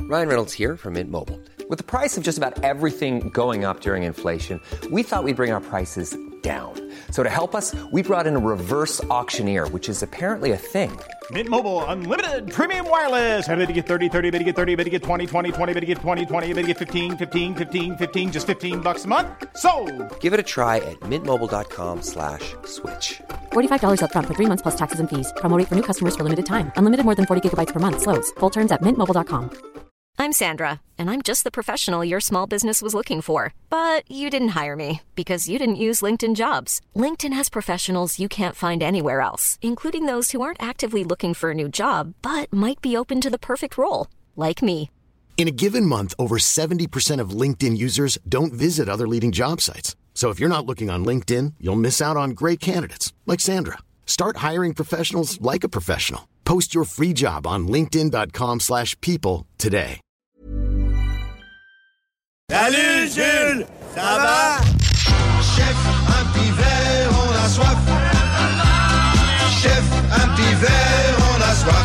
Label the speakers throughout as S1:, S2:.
S1: Ryan Reynolds here from Mint Mobile. With the price of just about everything going up during inflation, we thought we'd bring our prices down. So to help us, we brought in a reverse auctioneer, which is apparently a thing.
S2: Mint Mobile Unlimited Premium Wireless. How to get 30, 30, bit to get 30, bit to get 20, 20, 20, bit to get 20, 20, bit to get 15, 15, 15, 15, just $15 a month? Sold!
S1: Give it a try at mintmobile.com/switch.
S3: $45 up front for 3 months plus taxes and fees. Promo rate for new customers for limited time. Unlimited more than 40 gigabytes per month. Slows full terms at mintmobile.com.
S4: I'm Sandra, and I'm just the professional your small business was looking for. But you didn't hire me because you didn't use LinkedIn Jobs. LinkedIn has professionals you can't find anywhere else, including those who aren't actively looking for a new job, but might be open to the perfect role, like me.
S5: In a given month, over 70% of LinkedIn users don't visit other leading job sites. So if you're not looking on LinkedIn, you'll miss out on great candidates like Sandra. Start hiring professionals like a professional. Post your free job on linkedin.com/people today.
S6: Salut Jules, ça va? Chef, un petit verre, on a soif. Chef, un petit verre, on a soif.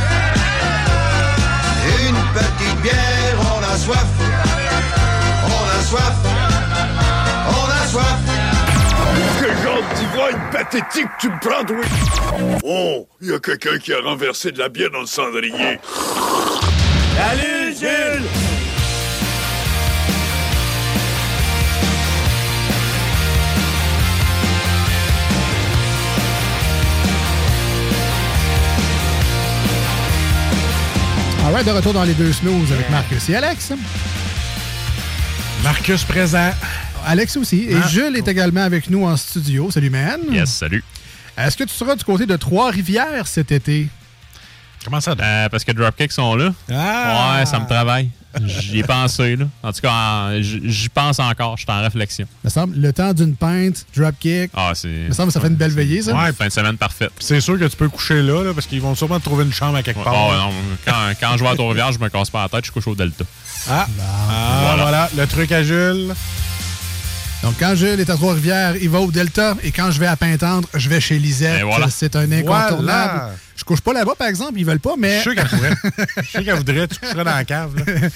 S6: Une petite bière, on a soif. On a soif. On a soif.
S7: Quel genre d'ivrogne pathétique tu me prends, oui? Oh, il y a quelqu'un qui a renversé de la bière dans le cendrier.
S6: Salut Jules!
S8: All right, de retour dans les deux snooze avec Marcus et Alex.
S9: Marcus présent.
S8: Alex aussi. Et Jules est également avec nous en studio. Salut, man.
S9: Yes, salut.
S8: Est-ce que tu seras du côté de Trois-Rivières cet été?
S9: Comment ça?
S10: Parce que Dropkick sont là.
S9: Ah!
S10: Ouais, ça me travaille. J'y ai pensé, là. En tout cas, j'y pense encore. Je suis en réflexion.
S8: Me semble, le temps d'une pinte, Dropkick.
S10: Ah, c'est...
S8: Me semble que ça fait une belle veillée, ça.
S10: Ouais, fin de semaine parfaite.
S9: C'est sûr que tu peux coucher là parce qu'ils vont sûrement te trouver une chambre à quelque part.
S10: Oh, non. Quand je vais à Trois-Rivières, je me casse pas la tête, je couche au Delta.
S9: Voilà. Le truc à Jules.
S8: Donc, quand Jules est à Trois-Rivières, il va au Delta. Et quand je vais à Pintendre, je vais chez Lisette.
S10: Voilà.
S8: C'est un incontournable.
S9: Voilà.
S8: Je couche pas là-bas, par exemple. Ils veulent pas, mais...
S9: Je suis sûr qu'elle pourrait. Je suis sûr qu'elle voudrait. Tu coucherais dans la cave.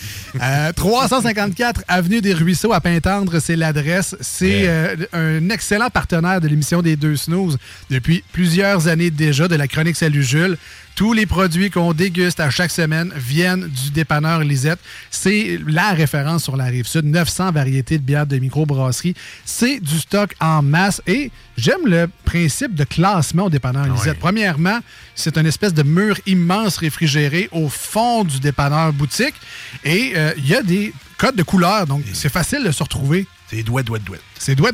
S8: 354 Avenue des Ruisseaux à Pintendre, c'est l'adresse. C'est un excellent partenaire de l'émission des Deux Snooze depuis plusieurs années déjà, de la chronique Salut Jules. Tous les produits qu'on déguste à chaque semaine viennent du dépanneur Lisette. C'est la référence sur la Rive-Sud. 900 variétés de bières de microbrasserie. C'est du stock en masse. Et j'aime le principe de classement au dépanneur Lisette.
S9: Oui.
S8: Premièrement, c'est une espèce de mur immense réfrigéré au fond du dépanneur boutique. Et il y a des codes de couleurs, donc c'est facile de se retrouver.
S9: C'est douette.
S8: C'est douette.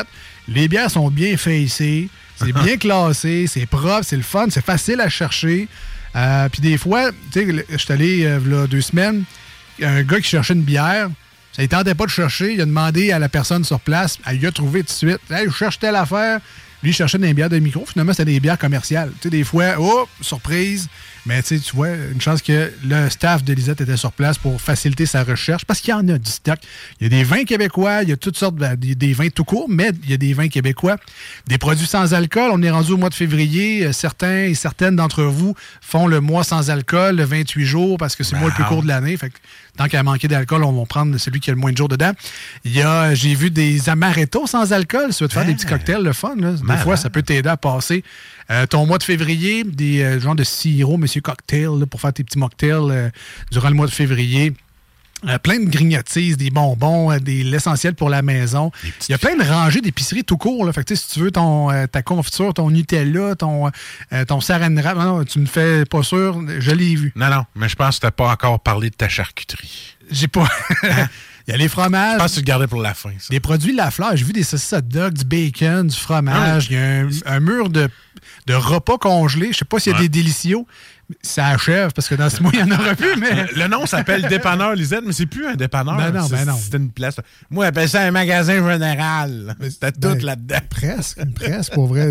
S8: Les bières sont bien facées. C'est bien classé, c'est propre, c'est le fun, c'est facile à chercher. Puis des fois, tu sais, je suis allé il y a 2 semaines, un gars qui cherchait une bière, ça ne tentait pas de chercher, il a demandé à la personne sur place, elle lui a trouvé tout de suite. Hey, je cherche telle affaire. Lui, il cherchait des bières de micro. Finalement, c'était des bières commerciales. Tu sais, des fois, surprise. Mais tu vois, une chance que le staff de Lisette était sur place pour faciliter sa recherche parce qu'il y en a du stock. Il y a des vins québécois, il y a toutes sortes des vins tout court, mais il y a des vins québécois. Des produits sans alcool. On est rendu au mois de février. Certains et certaines d'entre vous font le mois sans alcool, le 28 jours, parce que c'est le mois le plus court de l'année. Fait que tant qu'à manquer d'alcool, on va prendre celui qui a le moins de jours dedans. J'ai vu des amaretto sans alcool. Si tu veux te faire des petits cocktails, le fun, là. Des fois, ça peut t'aider à passer ton mois de février, des genres de sirop, monsieur cocktail, là, pour faire tes petits mocktails durant le mois de février. Plein de grignotises, des bonbons, l'essentiel pour la maison. Il y a plein de rangées d'épicerie tout court. Là. Fait que, si tu veux ta confiture, ton Nutella, ton saran wrap, non, tu me fais pas sûr, je l'ai vu.
S9: Non, mais je pense que tu n'as pas encore parlé de ta charcuterie.
S8: J'ai pas... Il y a les fromages.
S9: Je pense que tu le gardais pour la fin. Ça.
S8: Des produits Lafleur. J'ai vu des saucisses hot dog, du bacon, du fromage. Il y a un mur de repas congelés. Je sais pas s'il y a des délicieux. Ça achève, parce que dans ce mois, il n'y en aura plus. Mais...
S9: Le nom s'appelle Dépanneur Lisette, mais c'est plus un dépanneur.
S8: Ben non.
S9: C'était une place. Moi, j'appelle ça un magasin général. C'était tout là-dedans.
S8: Presque, pour vrai.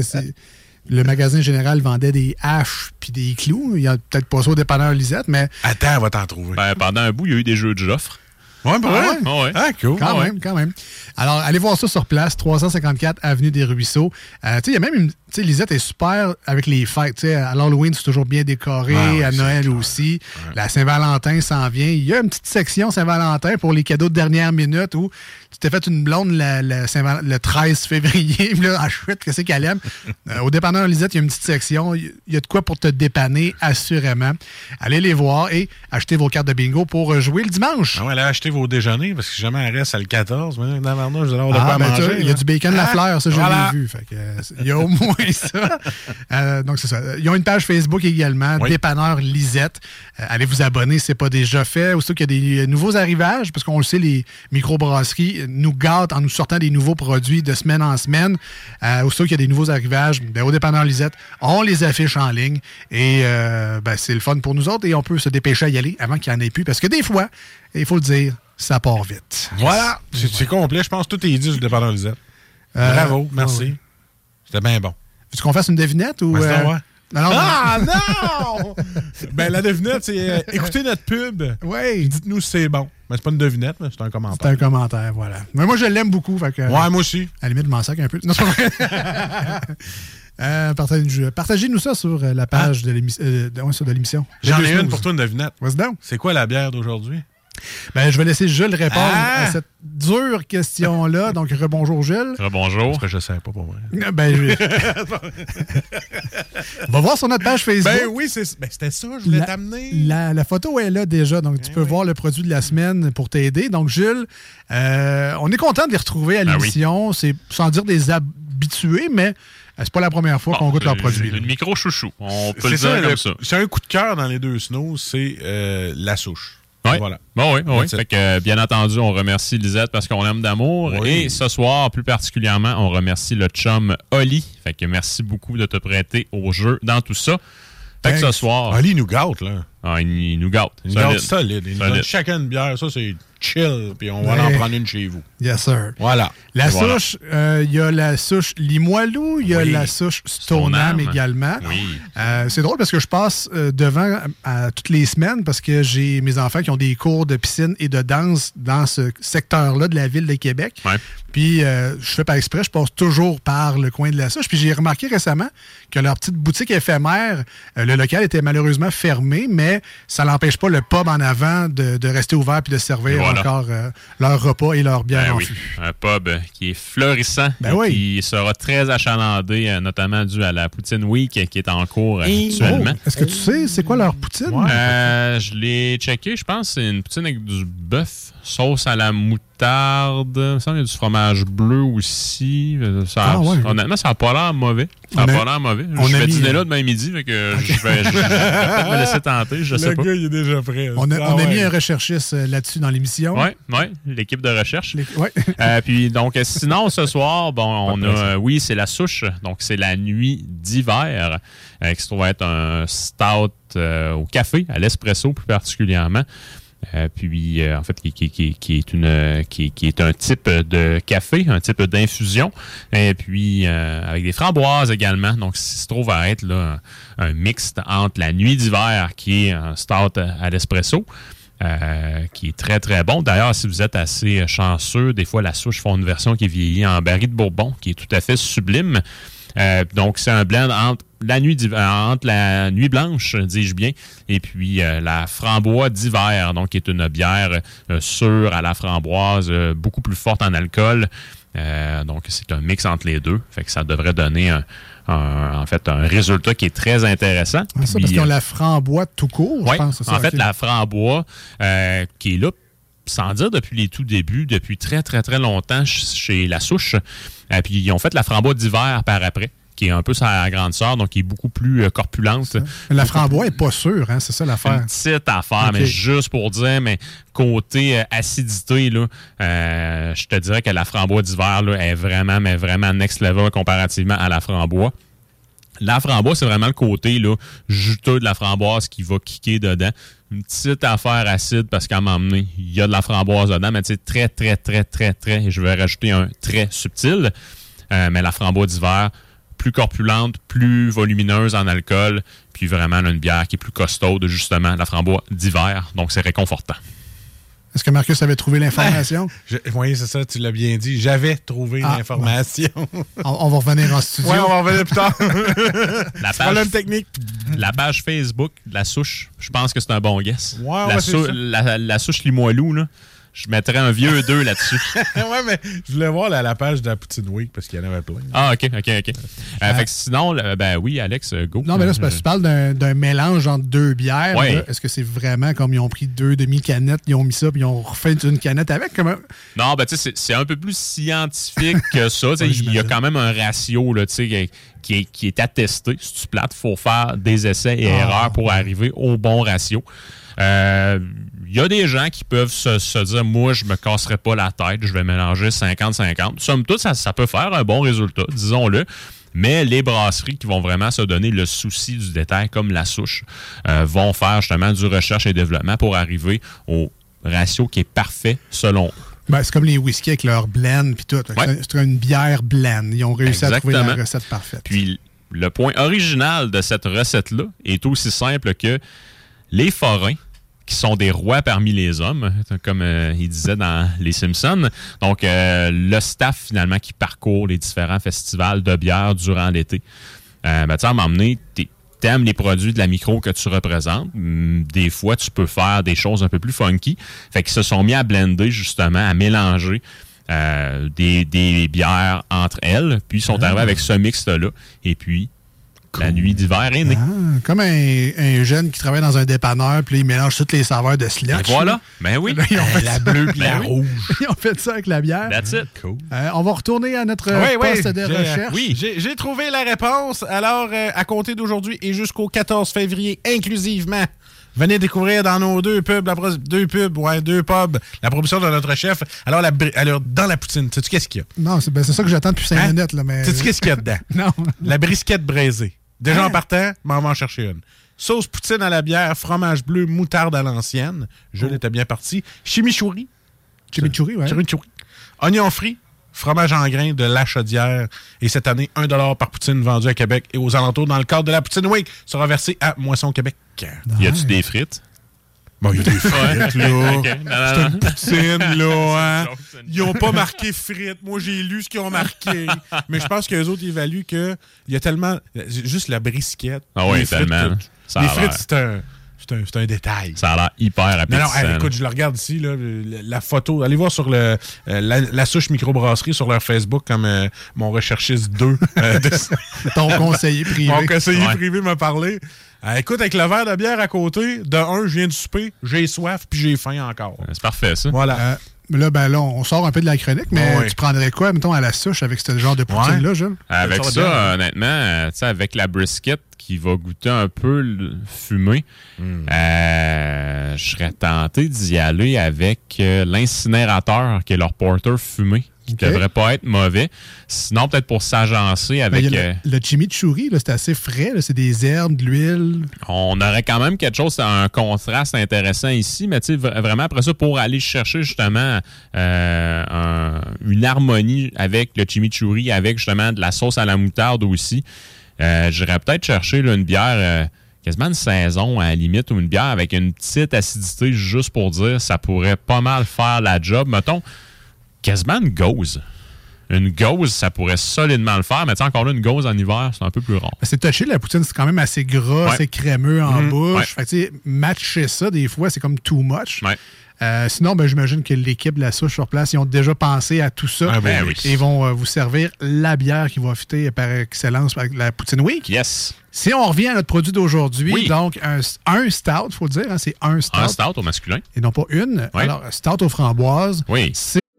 S8: Le magasin général vendait des haches puis des clous. Il y a peut-être pas ça au dépanneur Lisette, mais...
S9: Attends, on va t'en trouver.
S10: Pendant un bout, il y a eu des jeux de Joffre.
S9: Ouais,
S10: ouais.
S9: Ah, cool.
S8: Quand même. Alors, allez voir ça sur place, 354 Avenue des Ruisseaux. Il y a même tu sais, Lisette est super avec les fêtes. Tu sais, à l'Halloween, c'est toujours bien décoré. À Noël aussi. Ouais. La Saint-Valentin s'en vient. Il y a une petite section Saint-Valentin pour les cadeaux de dernière minute où tu t'es fait une blonde le 13 février. Puis là, chouette, qu'est-ce qu'elle aime? Au dépanneur Lisette, il y a une petite section. Il y a de quoi pour te dépanner, assurément. Allez les voir et achetez vos cartes de bingo pour jouer le dimanche.
S9: Ah ouais, allez acheter vos déjeuners parce que jamais elle reste à le 14. Mais vous allez avoir de quoi manger.
S8: Il y a du bacon Lafleur, ça, je l'ai vu. Fait que, il y a au moins ça. Donc, c'est ça. Ils ont une page Facebook également, Dépanneur Lisette. Allez vous abonner si ce n'est pas déjà fait. Aussitôt qu'il y a des nouveaux arrivages, parce qu'on le sait, les microbrasseries nous gâtent en nous sortant des nouveaux produits de semaine en semaine. Aussitôt qu'il y a des nouveaux arrivages, au Dépanneur Lisette, on les affiche en ligne. Et c'est le fun pour nous autres. Et on peut se dépêcher à y aller avant qu'il n'y en ait plus. Parce que des fois, il faut le dire, ça part vite.
S9: Voilà. C'est complet. Je pense que tout est dit sur le Dépanneur Lisette. Bravo. Merci. Oui. C'était bien bon.
S8: Veux-tu qu'on fasse une devinette ou...
S9: Non! Ben, la devinette, c'est écoutez notre pub.
S8: Oui.
S9: Dites-nous si c'est bon. Mais c'est pas une devinette, mais c'est un commentaire.
S8: C'est un commentaire, voilà. Mais moi, je l'aime beaucoup. Fait que,
S9: ouais, moi aussi.
S8: À la limite, je m'en sac un peu. Non, c'est pas vrai. Partagez-nous ça sur la page de l'émission.
S9: J'en ai une pour toi, une devinette.
S8: What's down?
S9: C'est quoi la bière d'aujourd'hui?
S8: Ben, je vais laisser Jules répondre à cette dure question-là. Donc, rebonjour, Jules.
S10: Rebonjour.
S9: Parce que je ne sais pas pour moi.
S8: Ben, on va voir sur notre page Facebook.
S9: Ben oui, c'était ça, je voulais t'amener.
S8: La photo est là déjà, donc tu peux voir le produit de la semaine pour t'aider. Donc, Jules, on est content de les retrouver à l'émission. Oui. C'est sans dire des habitués, mais c'est pas la première fois qu'on goûte leurs produits.
S10: Le micro-chouchou, on peut le dire comme ça.
S9: C'est un coup de cœur dans les deux snows, c'est la souche.
S10: Oui,
S9: voilà.
S10: Oui. Fait que, bien entendu, on remercie Lisette parce qu'on l'aime d'amour. Oui. Et ce soir, plus particulièrement, on remercie le chum Oli. Fait que merci beaucoup de te prêter au jeu dans tout ça. Fait que ce soir...
S9: Oli nous gâte, là.
S10: Ah, il nous gâte.
S9: Il nous gâte solide. Il nous donne chacun une bière. Ça, c'est chill. Puis on va en prendre une chez vous.
S8: Yes, sir.
S9: Voilà.
S8: La souche, il y a la souche Limoilou, il y a la souche Stoneham également.
S10: Oui.
S8: C'est drôle parce que je passe devant toutes les semaines parce que j'ai mes enfants qui ont des cours de piscine et de danse dans ce secteur-là de la ville de Québec.
S10: Ouais.
S8: Puis, je fais par exprès, je passe toujours par le coin de la souche. Puis, j'ai remarqué récemment que leur petite boutique éphémère, le local était malheureusement fermé, mais ça n'empêche pas le pub en avant de rester ouvert puis de servir encore leur repas et leur bière en fût.
S10: Un pub qui est florissant et qui sera très achalandé, notamment dû à la Poutine Week qui est en cours actuellement.
S8: Est-ce que tu sais c'est quoi leur poutine?
S10: Je l'ai checké, je pense que c'est une poutine avec du bœuf, sauce à la moutarde. Il me semble qu'il y a du fromage bleu aussi. Honnêtement, ça n'a pas l'air mauvais. Je vais dîner là demain midi, fait que je vais peut-être me laisser tenter, je sais pas.
S9: Le gars, il est déjà prêt.
S8: On a mis un recherchiste là-dessus dans l'émission.
S10: Oui, l'équipe de recherche. Puis donc, sinon, ce soir, on a, c'est la souche. Donc, c'est la nuit d'hiver, qui se trouve être un stout au café, à l'espresso plus particulièrement. En fait, qui est un type de café, un type d'infusion, et puis avec des framboises également. Donc, ça se trouve à être là, un mixte entre la nuit d'hiver, qui est un stout à l'espresso, qui est très, très bon. D'ailleurs, si vous êtes assez chanceux, des fois, la souche font une version qui est vieillie en baril de Bourbon, qui est tout à fait sublime. Donc, c'est un blend entre la nuit blanche, dis-je bien, et puis la framboise d'hiver, donc qui est une bière sûre à la framboise, beaucoup plus forte en alcool. Donc, c'est un mix entre les deux. Fait que ça devrait donner un résultat qui est très intéressant.
S8: Ah, ça, parce qu'ils ont la framboise tout court, je pense.
S10: En fait, la framboise qui est là, sans dire depuis les tout débuts, depuis très, très, très longtemps chez La Souche. Puis, ils ont fait la framboise d'hiver par après, qui est un peu sa grande sœur, donc qui est beaucoup plus corpulente.
S8: Mais la framboise n'est pas sûre, hein? C'est ça l'affaire.
S10: Une petite affaire, mais juste pour dire, mais côté acidité, là, je te dirais que la framboise d'hiver là, est vraiment, mais vraiment next level comparativement à la framboise. La framboise, c'est vraiment le côté là, juteux de la framboise qui va kicker dedans. Une petite affaire acide parce qu'à m'emmener, il y a de la framboise dedans, mais tu sais, très, très, très, très, très, et je vais rajouter un très subtil. Mais la framboise d'hiver, plus corpulente, plus volumineuse en alcool, puis vraiment là, une bière qui est plus costaude, justement, la framboise d'hiver. Donc, c'est réconfortant.
S8: Est-ce que Marcus avait trouvé l'information?
S9: Oui, c'est ça, tu l'as bien dit. J'avais trouvé l'information.
S8: Ouais. On va revenir en studio.
S9: Oui, on va revenir plus tard.
S10: Problème
S9: technique.
S10: La page Facebook de la souche, je pense que c'est un bon guess.
S9: Ouais,
S10: la souche Limoilou, là. Je mettrais un vieux 2 là-dessus.
S9: Ouais, mais je voulais voir la page de la Poutine Week parce qu'il y en avait plein.
S10: Ah, OK. Fait que sinon, ben oui, Alex, go.
S8: Non, mais là, c'est parce que tu parles d'un mélange entre 2 bières.
S10: Ouais.
S8: Est-ce que c'est vraiment comme ils ont pris 2 demi-canettes, ils ont mis ça, puis ils ont refait une canette avec? Comment?
S10: Non, ben tu sais, c'est un peu plus scientifique que ça. Il y a quand même un ratio, là, tu sais, qui est attesté. Si tu plates, il faut faire des essais et erreurs pour arriver au bon ratio. Il y a des gens qui peuvent se dire, moi, je me casserai pas la tête, je vais mélanger 50-50. Somme toute, ça peut faire un bon résultat, disons-le. Mais les brasseries qui vont vraiment se donner le souci du détail, comme la souche, vont faire justement du recherche et développement pour arriver au ratio qui est parfait selon eux.
S8: Ben, c'est comme les whisky avec leur blend puis tout. Ouais. C'est une bière blend. Ils ont réussi à trouver la recette parfaite.
S10: Puis le point original de cette recette-là est aussi simple que les forains, qui sont des rois parmi les hommes, comme il disait dans Les Simpsons. Donc, le staff, finalement, qui parcourt les différents festivals de bière durant l'été. Tu sais, à un moment donné, t'aimes les produits de la micro que tu représentes. Des fois, tu peux faire des choses un peu plus funky. Fait qu'ils se sont mis à blender, justement, à mélanger des bières entre elles. Puis, ils sont arrivés avec ce mix-là. Et puis, la nuit d'hiver est née.
S8: Comme un jeune qui travaille dans un dépanneur, puis il mélange toutes les saveurs de slush.
S10: Et voilà. Ben oui.
S8: Là, ils ont fait
S9: la bleue puis la rouge.
S8: Ils ont fait ça avec la bière.
S10: That's it.
S9: Cool.
S8: On va retourner à notre poste de recherche.
S9: Oui, j'ai trouvé la réponse. Alors, à compter d'aujourd'hui et jusqu'au 14 février, inclusivement, venez découvrir dans nos deux pubs, la promotion de notre chef. Alors, dans la poutine, sais-tu qu'est-ce qu'il y a?
S8: Non, c'est ça que j'attends depuis 5 minutes. Là, mais...
S9: Sais-tu qu'est-ce qu'il y a dedans?
S8: Non.
S9: La brisquette braisée. Déjà en partant, m'en va en chercher une. Sauce poutine à la bière, fromage bleu, moutarde à l'ancienne. Jules était bien parti. Chimichurri.
S8: Chimichurri, oui.
S9: Chimichurri. Oignon frit. Fromage en grains de La Chaudière. Et cette année, 1$ par poutine vendue à Québec et aux alentours dans le cadre de la Poutine Week sera versé à Moisson Québec.
S10: Y a-tu des frites?
S9: Bon, il y a des frites, là.
S10: Okay.
S9: C'est une poutine, là. Hein? Ils n'ont pas marqué frites. Moi, j'ai lu ce qu'ils ont marqué. Mais je pense qu'eux autres évaluent qu'il y a tellement... Juste la brisquette.
S10: Ah oui, tellement.
S9: Les frites, c'est un détail.
S10: Ça a l'air hyper appétissant.
S9: Non, écoute, je le regarde ici, là, la photo. Allez voir sur la souche microbrasserie sur leur Facebook, comme mon recherchiste 2.
S8: Ton conseiller privé.
S9: Mon conseiller privé m'a parlé. Écoute, avec le verre de bière à côté, je viens de souper, j'ai soif, puis j'ai faim encore.
S10: C'est parfait, ça.
S9: Voilà.
S8: Là, on sort un peu de la chronique, mais tu prendrais quoi, mettons, à la souche avec ce genre de poutine-là, Jules?
S10: Avec ça, honnêtement, avec la brisket qui va goûter un peu fumé, je serais tenté d'y aller avec l'incinérateur, qui est leur porter fumé, qui devrait pas être mauvais. Sinon, peut-être pour s'agencer avec...
S8: le chimichurri, là, c'est assez frais. Là, c'est des herbes, de l'huile.
S10: On aurait quand même quelque chose, un contraste intéressant ici, mais tu sais, vraiment après ça, pour aller chercher justement une harmonie avec le chimichurri, avec justement de la sauce à la moutarde aussi, j'irais peut-être chercher là, une bière... quasiment une saison à la limite, ou une bière avec une petite acidité, juste pour dire ça pourrait pas mal faire la job. Mettons, quasiment une gauze. Une gauze, ça pourrait solidement le faire, mais encore là, une gauze en hiver, c'est un peu plus rare.
S8: C'est touché, la poutine, c'est quand même assez gras, assez crémeux en bouche. Fait que, matcher ça, des fois, c'est comme too much. Sinon, j'imagine que l'équipe de la souche sur place, ils ont déjà pensé à tout ça. Et ils vont vous servir la bière qui va fitter par excellence avec la Poutine Week.
S10: Yes.
S8: Si on revient à notre produit d'aujourd'hui, donc un stout, il faut dire, hein, c'est un stout.
S10: Un stout au masculin.
S8: Et non pas une. Alors, stout aux framboises.
S10: Oui.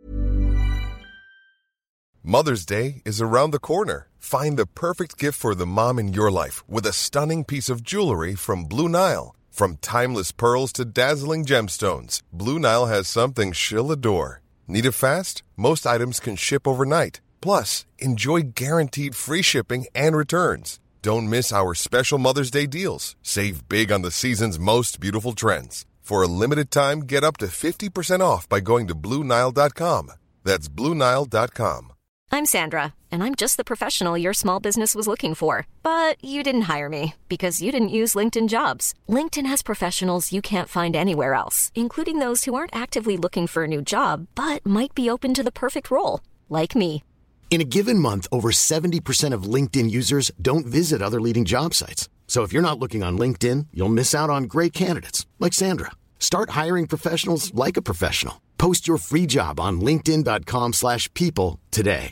S11: Mother's Day is around the corner. Find the perfect gift for the mom in your life with a stunning piece of jewelry from Blue Nile. From timeless pearls to dazzling gemstones, Blue Nile has something she'll adore. Need it fast? Most items can ship overnight. Plus, enjoy guaranteed free shipping and returns. Don't miss our special Mother's Day deals. Save big on the season's most beautiful trends. For a limited time, get up to 50% off by going to BlueNile.com. That's BlueNile.com.
S4: I'm Sandra, and I'm just the professional your small business was looking for. But you didn't hire me because you didn't use LinkedIn Jobs. LinkedIn has professionals you can't find anywhere else, including those who aren't actively looking for a new job, but might be open to the perfect role, like me.
S5: In a given month, over 70% of LinkedIn users don't visit other leading job sites. So if you're not looking on LinkedIn, you'll miss out on great candidates like Sandra. Start hiring professionals like a professional. Post your free job on linkedin.com/people today.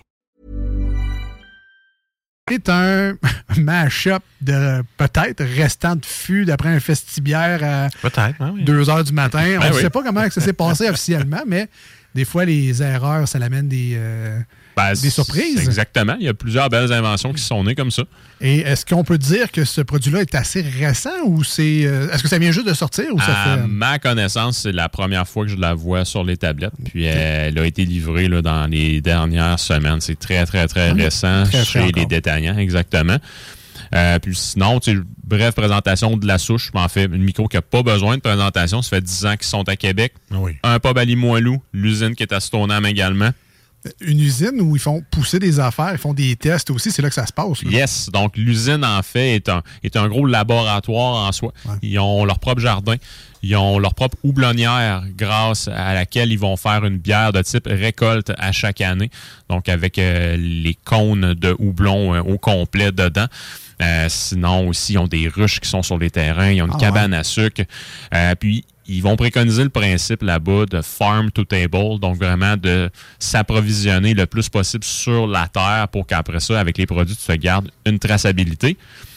S8: C'est un mash-up de peut-être restant de fût d'après un festibiaire à 2 heures du matin. On ne sait pas comment ça s'est passé officiellement, mais des fois, les erreurs, ça l'amène des surprises.
S10: Exactement. Il y a plusieurs belles inventions qui sont nées comme ça. Et
S8: est-ce qu'on peut dire que ce produit-là est assez récent ou c'est... est-ce que ça vient juste de sortir ou ça fait...
S10: ma connaissance, c'est la première fois que je la vois sur les tablettes. Puis elle a été livrée là, dans les dernières semaines. C'est très, très, très récent chez les détaillants, exactement. Puis sinon, bref, présentation de la souche. En fait, une micro qui n'a pas besoin de présentation. Ça fait 10 ans qu'ils sont à Québec.
S9: Oui.
S10: Un pub à Limoilou, l'usine qui est à Stoneham également.
S8: Une usine où ils font pousser des affaires, ils font des tests aussi, c'est là que ça se passe. Là.
S10: Yes, donc l'usine, en fait, est un gros laboratoire en soi. Ouais. Ils ont leur propre jardin, ils ont leur propre houblonnière grâce à laquelle ils vont faire une bière de type récolte à chaque année, donc avec les cônes de houblon au complet dedans. Sinon aussi, ils ont des ruches qui sont sur les terrains, ils ont une cabane à sucre, puis ils vont préconiser le principe là-bas de farm to table, donc vraiment de s'approvisionner le plus possible sur la terre pour qu'après ça, avec les produits, tu te gardes une traçabilité.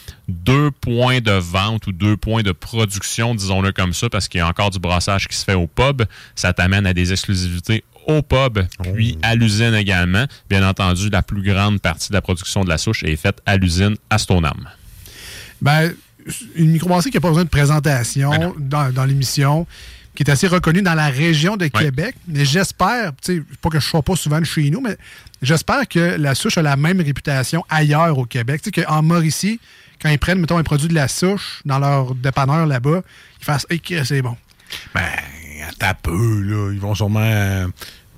S10: 2 points de vente ou 2 points de production, disons-le comme ça, parce qu'il y a encore du brassage qui se fait au pub. Ça t'amène à des exclusivités au pub, puis à l'usine également. Bien entendu, la plus grande partie de la production de la souche est faite à l'usine à Stoneham.
S8: Ben, une microbrasserie qui n'a pas besoin de présentation dans l'émission, qui est assez reconnue dans la région de Québec. Mais j'espère, tu sais, pas que je ne sois pas souvent de chez nous, mais j'espère que la souche a la même réputation ailleurs au Québec. Tu sais, qu'en Mauricie, quand ils prennent, mettons, un produit de la souche dans leur dépanneur là-bas, ils fassent hey, « c'est bon ».
S9: Ben, attends un peu, là. Ils vont sûrement...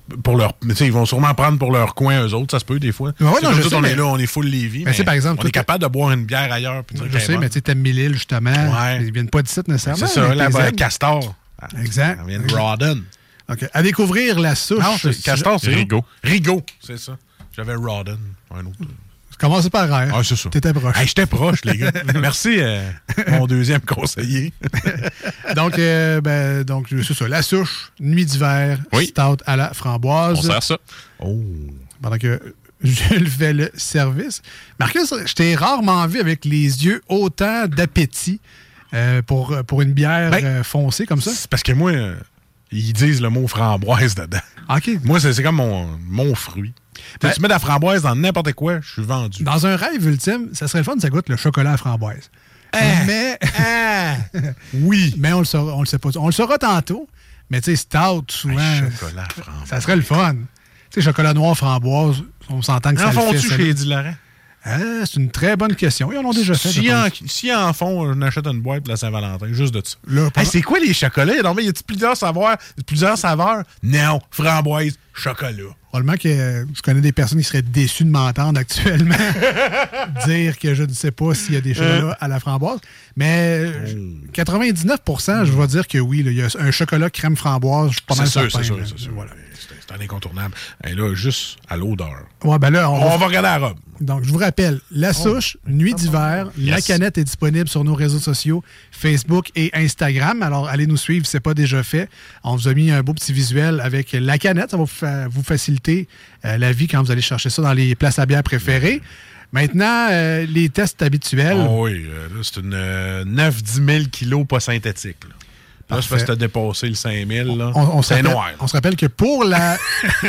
S9: ils vont sûrement prendre pour leur coin, eux autres, ça se peut des fois.
S8: Ouais, non,
S9: on est là, on est full Lévis, mais
S8: par exemple,
S9: on est capable de boire une bière ailleurs.
S8: Je sais, mais tu sais, t'aimes Mille-Îles, justement. Ouais. Ils viennent pas d'ici nécessairement.
S9: C'est ça, là-bas, Castor.
S8: Exact.
S9: Ça vient de Rawdon.
S8: OK. À découvrir la souche.
S9: Non, Castor, c'est
S10: Rigaud.
S9: Rigaud, c'est ça. J'avais Rawdon, un autre.
S8: Commencez par R.
S9: Ah, c'est ça.
S8: T'étais proche.
S9: Hey, j'étais proche, les gars. Merci, mon deuxième conseiller.
S8: donc, c'est ça. La souche, nuit d'hiver, stout à la framboise.
S10: On sert ça.
S9: Oh.
S8: Pendant que Jules fait le service. Marcus, je t'ai rarement vu avec les yeux autant d'appétit pour une bière foncée comme ça.
S9: C'est parce que moi, ils disent le mot framboise dedans.
S8: OK.
S9: Moi, c'est comme mon fruit. Tu mets de la framboise dans n'importe quoi, je suis vendu.
S8: Dans un rêve ultime, ça serait le fun que ça goûte le chocolat à framboise. Mais
S9: oui.
S8: Mais on le sait pas. On le saura tantôt. Mais tu sais, stout, souvent,
S9: chocolat à framboise.
S8: Ça serait le fun. Tu sais, chocolat noir, framboise, on s'entend que ça le fait.
S9: En font-tu chez Eddie Laurent?
S8: C'est une très bonne question. Ils en ont déjà fait.
S9: Si en font, on achète une boîte pour la Saint-Valentin, juste de ça. Hey, c'est quoi les chocolats? Y a-t-il plusieurs saveurs? Non, framboise, chocolat.
S8: Probablement que je connais des personnes qui seraient déçues de m'entendre actuellement dire que je ne sais pas s'il y a des chocolats à la framboise. Mais 99%, je vais dire que oui. Il y a un chocolat crème framboise. Je suis pas mal certain.
S9: C'est sûr. Voilà. C'est un incontournable. Et là, juste à l'odeur.
S8: Ouais, ben là,
S9: on va regarder la robe.
S8: Donc, je vous rappelle, la souche, nuit d'hiver, la canette est disponible sur nos réseaux sociaux, Facebook et Instagram. Alors, allez nous suivre si ce n'est pas déjà fait. On vous a mis un beau petit visuel avec la canette. Ça va vous faciliter la vie quand vous allez chercher ça dans les places à bière préférées. Maintenant, les tests habituels.
S9: Oh oui, là, c'est une 9-10 000 kilos pas synthétique. Là, c'est parce que tu as dépassé le 5000. Là. C'est noir.
S8: On se rappelle que pour la...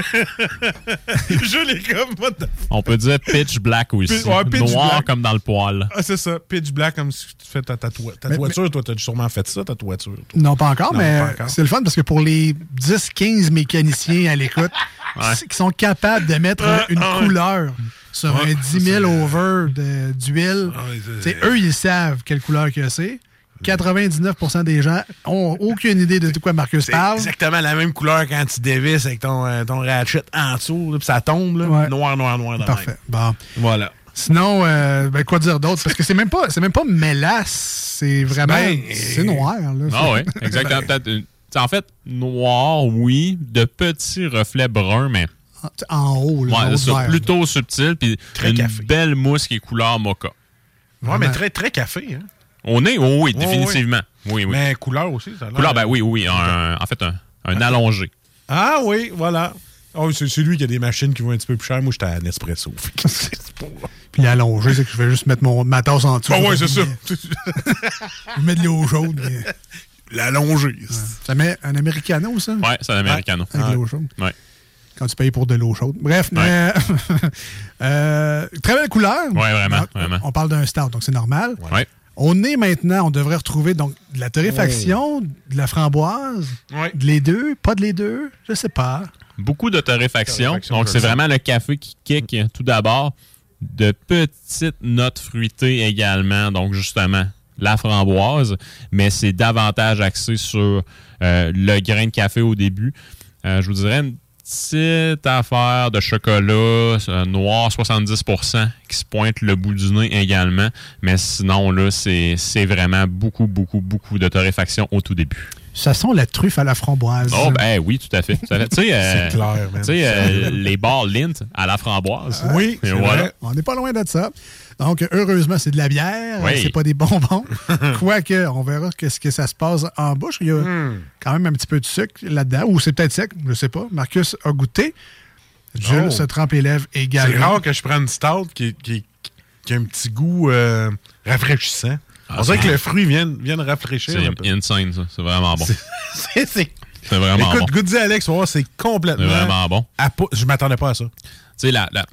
S9: Je l'ai comme...
S10: On peut dire pitch black aussi. Pitch noir black. Comme dans le poil.
S9: Ah, c'est ça. Pitch black comme si tu fais ta toiture. Toi, tu as sûrement fait ça, ta toiture. Toi.
S8: Non, pas encore, mais c'est le fun parce que pour les 10-15 mécaniciens à l'écoute qui sont capables de mettre une couleur sur un 10 000 over d'huile, eux, ils savent quelle couleur que c'est. 99% des gens ont aucune idée de quoi Marcus parle.
S9: Exactement la même couleur quand tu dévisses avec ton ratchet en dessous, puis ça tombe, là,
S8: ouais.
S9: noir.
S8: Parfait. Bon.
S9: Voilà.
S8: Sinon, quoi dire d'autre? Parce que c'est même pas mélasse, c'est vraiment... c'est noir, là.
S10: Ah oui, exactement. Peut-être, en fait, noir, oui, de petits reflets bruns, mais...
S8: En haut, là.
S10: Ouais, plutôt subtil, puis une
S9: café.
S10: belle mousse qui est couleur mocha.
S9: Ouais, mais très, très café, hein?
S10: On est, oui, définitivement. Oui.
S9: Mais couleur aussi, ça a l'air.
S10: Couleur, oui. En fait, un allongé.
S9: Ah oui, voilà. Oh, c'est lui qui a des machines qui vont un petit peu plus cher. Moi, j'étais à Nespresso.
S8: Puis allongé, c'est que je vais juste mettre ma tasse en dessous.
S9: Ah ouais, c'est ça.
S8: Je mets de l'eau chaude. Mais...
S9: L'allongé.
S8: Ouais. Ça met un Americano, ça?
S10: Ouais, c'est un Americano.
S8: Avec de l'eau chaude.
S10: Ouais.
S8: Quand tu payes pour de l'eau chaude. Bref,
S10: ouais.
S8: Très belle couleur.
S10: Oui, vraiment.
S8: On parle d'un stout, donc c'est normal.
S10: Ouais.
S8: On devrait retrouver donc de la torréfaction, de la framboise, de les deux, pas de les deux, je sais pas.
S10: Beaucoup de torréfaction. Donc, c'est vraiment le café qui kick tout d'abord. De petites notes fruitées également. Donc, justement, la framboise. Mais c'est davantage axé sur le grain de café au début. Je vous dirais une petite affaire de chocolat noir, 70%, qui se pointe le bout du nez également. Mais sinon, là, c'est vraiment beaucoup de torréfaction au tout début.
S8: Ça sent la truffe à la framboise.
S10: Oh, ben oui, tout à fait. Tu sais,
S9: c'est clair, même.
S10: Tu sais, les bars Lindt à la framboise.
S8: Oui, c'est vrai. On n'est pas loin de ça. Donc, heureusement, c'est de la bière. Oui. C'est pas des bonbons. Quoique, on verra ce que ça se passe en bouche. Il y a quand même un petit peu de sucre là-dedans. Ou c'est peut-être sec, je sais pas. Marcus a goûté. Jules se trempe les lèvres également.
S9: C'est rare que je prenne une stout qui a un petit goût rafraîchissant. On dirait que le fruit vient de rafraîchir.
S10: C'est insane, ça. C'est vraiment bon.
S9: C'est
S10: vraiment
S9: bon. Écoute, goûte-y, Alex, c'est complètement...
S10: C'est vraiment bon.
S9: Je m'attendais pas à ça.
S10: Tu sais,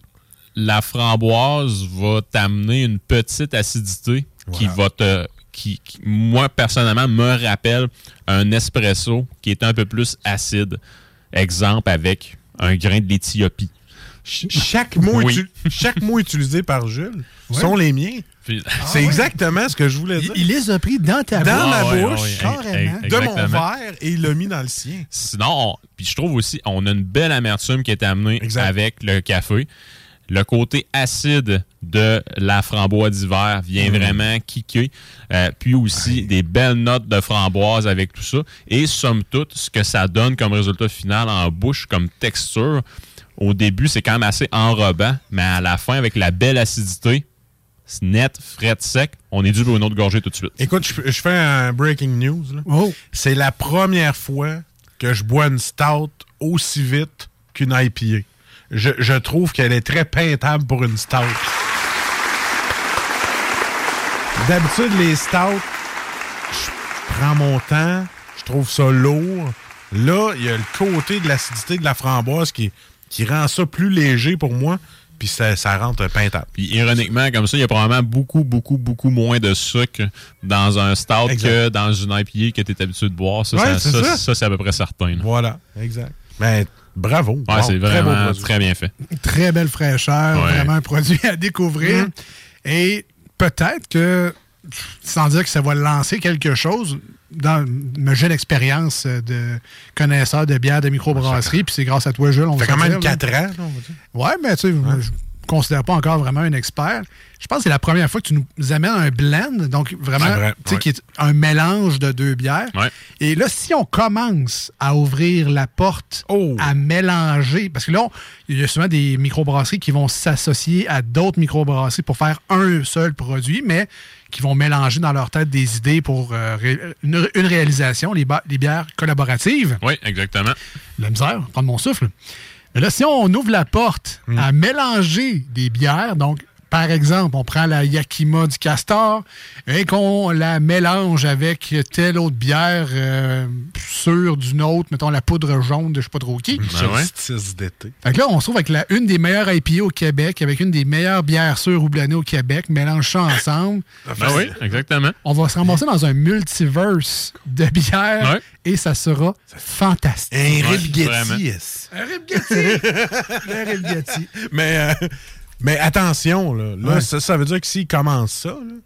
S10: la framboise va t'amener une petite acidité qui va qui, moi, personnellement, me rappelle un espresso qui est un peu plus acide. Exemple avec un grain de l'Éthiopie.
S9: Chaque mot utilisé par Jules sont les miens. C'est exactement ce que je voulais dire.
S8: Il les a pris dans ta bouche.
S9: Dans ma bouche,
S8: carrément.
S9: De mon verre, et il l'a mis dans le sien.
S10: Sinon, puis je trouve aussi, on a une belle amertume qui est amenée avec le café. Le côté acide de la framboise d'hiver vient vraiment kicker. Puis aussi des belles notes de framboise avec tout ça. Et somme toute, ce que ça donne comme résultat final en bouche, comme texture, au début, c'est quand même assez enrobant. Mais à la fin, avec la belle acidité, net, frais, sec, on est dû pour une autre gorgée tout de suite.
S9: Écoute, je fais un breaking news. Là. Oh. C'est la première fois que je bois une stout aussi vite qu'une IPA. Je trouve qu'elle est très peintable pour une stout. D'habitude, les stouts, je prends mon temps, je trouve ça lourd. Là, il y a le côté de l'acidité de la framboise qui rend ça plus léger pour moi. Puis ça rentre peintable.
S10: Puis ironiquement, comme ça, il y a probablement beaucoup moins de sucre dans un stout que dans une IPA que tu es habitué de boire. Ça, c'est à peu près certain. Là.
S9: Voilà, exact. Ben, bravo.
S10: Ouais, c'est vraiment très bien fait.
S8: Très belle fraîcheur, vraiment un produit à découvrir. Et peut-être que, sans dire que ça va lancer quelque chose, dans ma jeune expérience de connaisseur de bière de microbrasserie, puis c'est grâce à toi, Jules, on va
S9: dire. Ça fait quand même 4 ans,
S8: on va dire. Ouais, mais tu sais, je ne considère pas encore vraiment un expert. Je pense que c'est la première fois que tu nous amènes un blend, donc vraiment, tu sais, qui est un mélange de deux bières.
S10: Ouais.
S8: Et là, si on commence à ouvrir la porte à mélanger, parce que là, il y a souvent des microbrasseries qui vont s'associer à d'autres microbrasseries pour faire un seul produit, mais qui vont mélanger dans leur tête des idées pour une réalisation, les bières collaboratives.
S10: Oui, exactement.
S8: La misère, prendre mon souffle. Mais là, si on ouvre la porte à mélanger des bières, donc, par exemple, on prend la Yakima du Castor et qu'on la mélange avec telle autre bière sûre d'une autre, mettons la poudre jaune de je sais pas trop qui.
S9: Solstice d'été.
S8: Fait que là, on se trouve avec une des meilleures IPA au Québec, avec une des meilleures bières sûres houblonnées au Québec, mélange ça ensemble.
S10: Oui, exactement.
S8: On va se ramasser dans un multiverse de bières et ça sera fantastique.
S9: Un Ribgetti.
S8: Un Ribgetti. Un Ribgetti.
S9: Mais attention, là ça veut dire que s'il commence ça, là,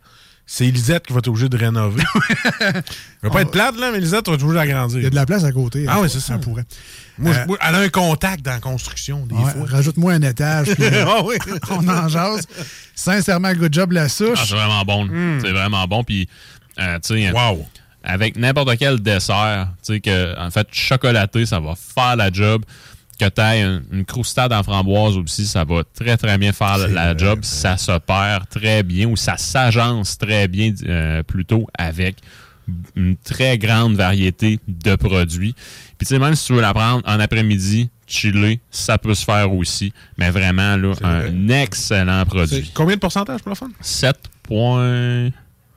S9: c'est Lisette qui va être obligée de rénover. Elle va pas être plate, là, mais Lisette va être obligée d'agrandir.
S8: Il y a de la place à côté.
S9: Ah oui, c'est ça.
S8: Elle pourrait.
S9: Moi, elle a un contact dans la construction, des fois.
S8: Rajoute-moi un étage, puis on en jase. Sincèrement, good job, la souche.
S10: Ah, c'est vraiment bon. C'est vraiment bon. Puis, tu sais, avec n'importe quel dessert, tu sais, que, en fait, chocolaté, ça va faire la job. Que tu aies une croustade en framboise aussi, ça va très, très bien faire la job. Ça se perd très bien ou ça s'agence très bien plutôt avec une très grande variété de produits. Puis, tu sais, même si tu veux la prendre en après-midi, chiller, ça peut se faire aussi. Mais vraiment, là, un excellent produit.
S9: C'est combien de pourcentage pour la fun?
S10: 8.5.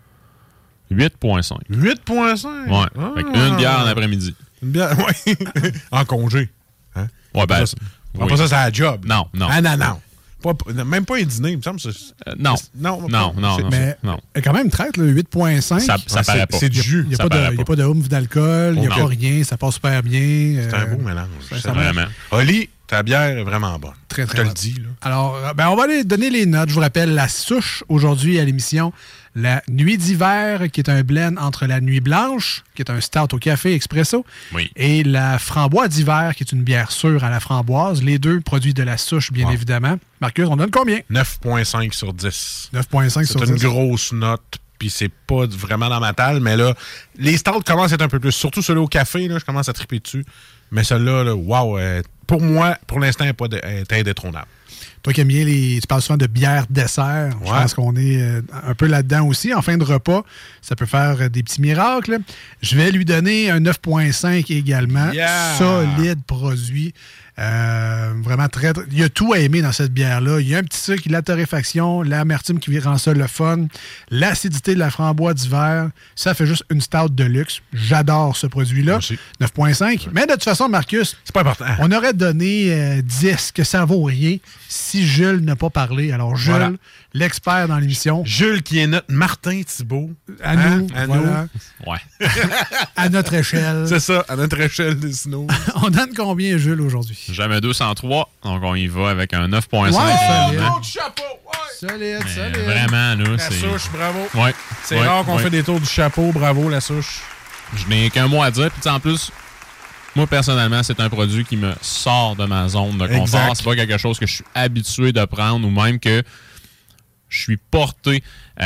S9: 8.5?
S10: Ouais. Avec une bière en après-midi.
S9: Une bière, oui. En congé. Hein?
S10: Ouais, ben.
S9: Pas ça, c'est la job.
S10: Non.
S9: Ah, non. Même pas un dîner, il me semble.
S10: Non.
S8: Mais quand même traite, 8.5.
S10: Ça paraît pas.
S9: C'est du jus.
S8: Il n'y a pas de houmph d'alcool, il n'y a pas rien, ça passe super bien.
S9: C'est un beau mélange.
S10: Vraiment.
S9: Oli, ta bière est vraiment bonne.
S8: Très, très
S9: bonne.
S8: bonne.
S9: Je te le dis. Là.
S8: Alors, on va aller donner les notes. Je vous rappelle la souche aujourd'hui à l'émission. La Nuit d'hiver, qui est un blend entre la Nuit blanche, qui est un stout au café expresso, et la Framboise d'hiver, qui est une bière sûre à la framboise. Les deux produits de la souche, bien évidemment. Marcus, on donne combien?
S9: 9.5 sur 10.
S8: 9.5 sur 10.
S9: C'est une grosse note, puis c'est pas vraiment dans ma talle, mais là, les stouts commencent à être un peu plus. Surtout ceux-là au café, là, je commence à triper dessus. Mais celle-là, là, wow, pour moi, pour l'instant, elle est indétrônable.
S8: Toi qui aimes bien tu parles souvent de bière dessert. Je pense qu'on est un peu là-dedans aussi. En fin de repas, ça peut faire des petits miracles. Je vais lui donner un 9.5 également.
S9: Yeah!
S8: Solide produit. Vraiment très, il y a tout à aimer dans cette bière-là. Il y a un petit sucre, la torréfaction, l'amertume qui rend ça le fun, l'acidité de la framboise d'hiver. Ça fait juste une stout de luxe. J'adore ce produit-là. 9.5. Mais de toute façon, Marcus,
S9: c'est pas important.
S8: On aurait donné 10, que ça vaut rien si Jules n'a pas parlé. Alors, Jules, l'expert dans l'émission.
S9: Jules qui est notre Martin Thibault.
S8: À nous.
S10: Ouais.
S8: À notre échelle.
S9: C'est ça, à notre échelle des snows.
S8: On donne combien, Jules, aujourd'hui?
S10: Jamais 203, donc on y va avec un 9.5.
S8: Solide.
S9: Tour du chapeau!
S8: Solide.
S10: Vraiment, là,
S9: la souche, bravo.
S10: Ouais.
S9: C'est rare qu'on fait des tours du chapeau, bravo, la souche.
S10: Je n'ai qu'un mot à dire, puis en plus, moi, personnellement, c'est un produit qui me sort de ma zone de confort.
S9: Exact.
S10: C'est pas quelque chose que je suis habitué de prendre ou même que je suis porté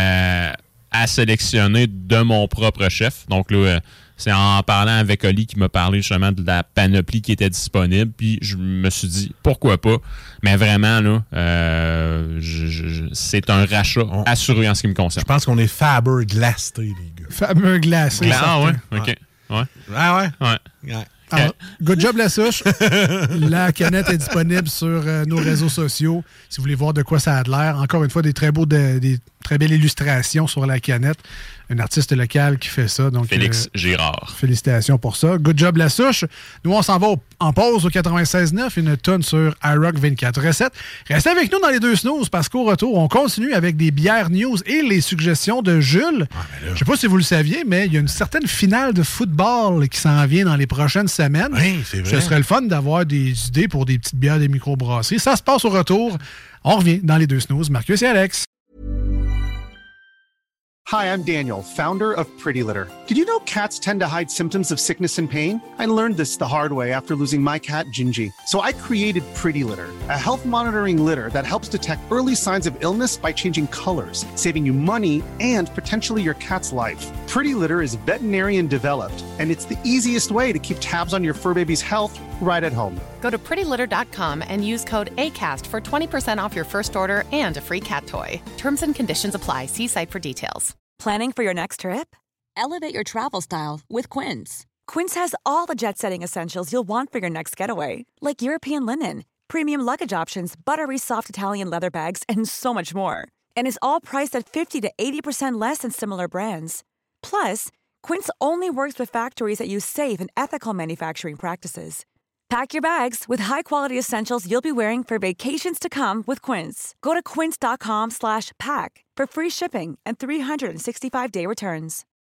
S10: à sélectionner de mon propre chef. Donc là, c'est en parlant avec Oli qui m'a parlé justement de la panoplie qui était disponible. Puis je me suis dit, pourquoi pas? Mais vraiment, là, c'est un rachat assuré en ce qui me concerne.
S9: Je pense qu'on est Faber glacé, les gars.
S8: Faber glacé.
S10: Ah ouais? OK. Ouais.
S9: Ah ouais?
S10: Ouais.
S8: Alors, good job la souche. La canette est disponible sur nos réseaux sociaux. Si vous voulez voir de quoi ça a de l'air. Encore une fois, des très belles illustrations sur la canette. Un artiste local qui fait ça. Donc,
S10: Félix Girard.
S8: Félicitations pour ça. Good job la souche. Nous, on s'en va en pause au 96.9. Une tonne sur iRock 24/7. Restez avec nous dans les deux snooze parce qu'au retour, on continue avec des bières news et les suggestions de Jules. Je ne sais pas si vous le saviez, mais il y a une certaine finale de football qui s'en vient dans les prochaines semaines.
S9: Oui, c'est vrai.
S8: Ce serait le fun d'avoir des idées pour des petites bières des microbrasseries. Ça se passe au retour. On revient dans les deux snooze. Marcus et Alex.
S12: Hi, I'm Daniel, founder of Pretty Litter. Did you know cats tend to hide symptoms of sickness and pain? I learned this the hard way after losing my cat, Gingy. So I created Pretty Litter, a health monitoring litter that helps detect early signs of illness by changing colors, saving you money and potentially your cat's life. Pretty Litter is veterinarian developed, and it's the easiest way to keep tabs on your fur baby's health right at home.
S13: Go to prettylitter.com and use code ACAST for 20% off your first order and a free cat toy. Terms and conditions apply. See site for details.
S14: Planning for your next trip? Elevate your travel style with Quince. Quince has all the jet-setting essentials you'll want for your next getaway, like European linen, premium luggage options, buttery soft Italian leather bags, and so much more. And is all priced at 50 to 80% less than similar brands. Plus, Quince only works with factories that use safe and ethical manufacturing practices. Pack your bags with high-quality essentials you'll be wearing for vacations to come with Quince. Go to quince.com/pack for free shipping and 365-day returns.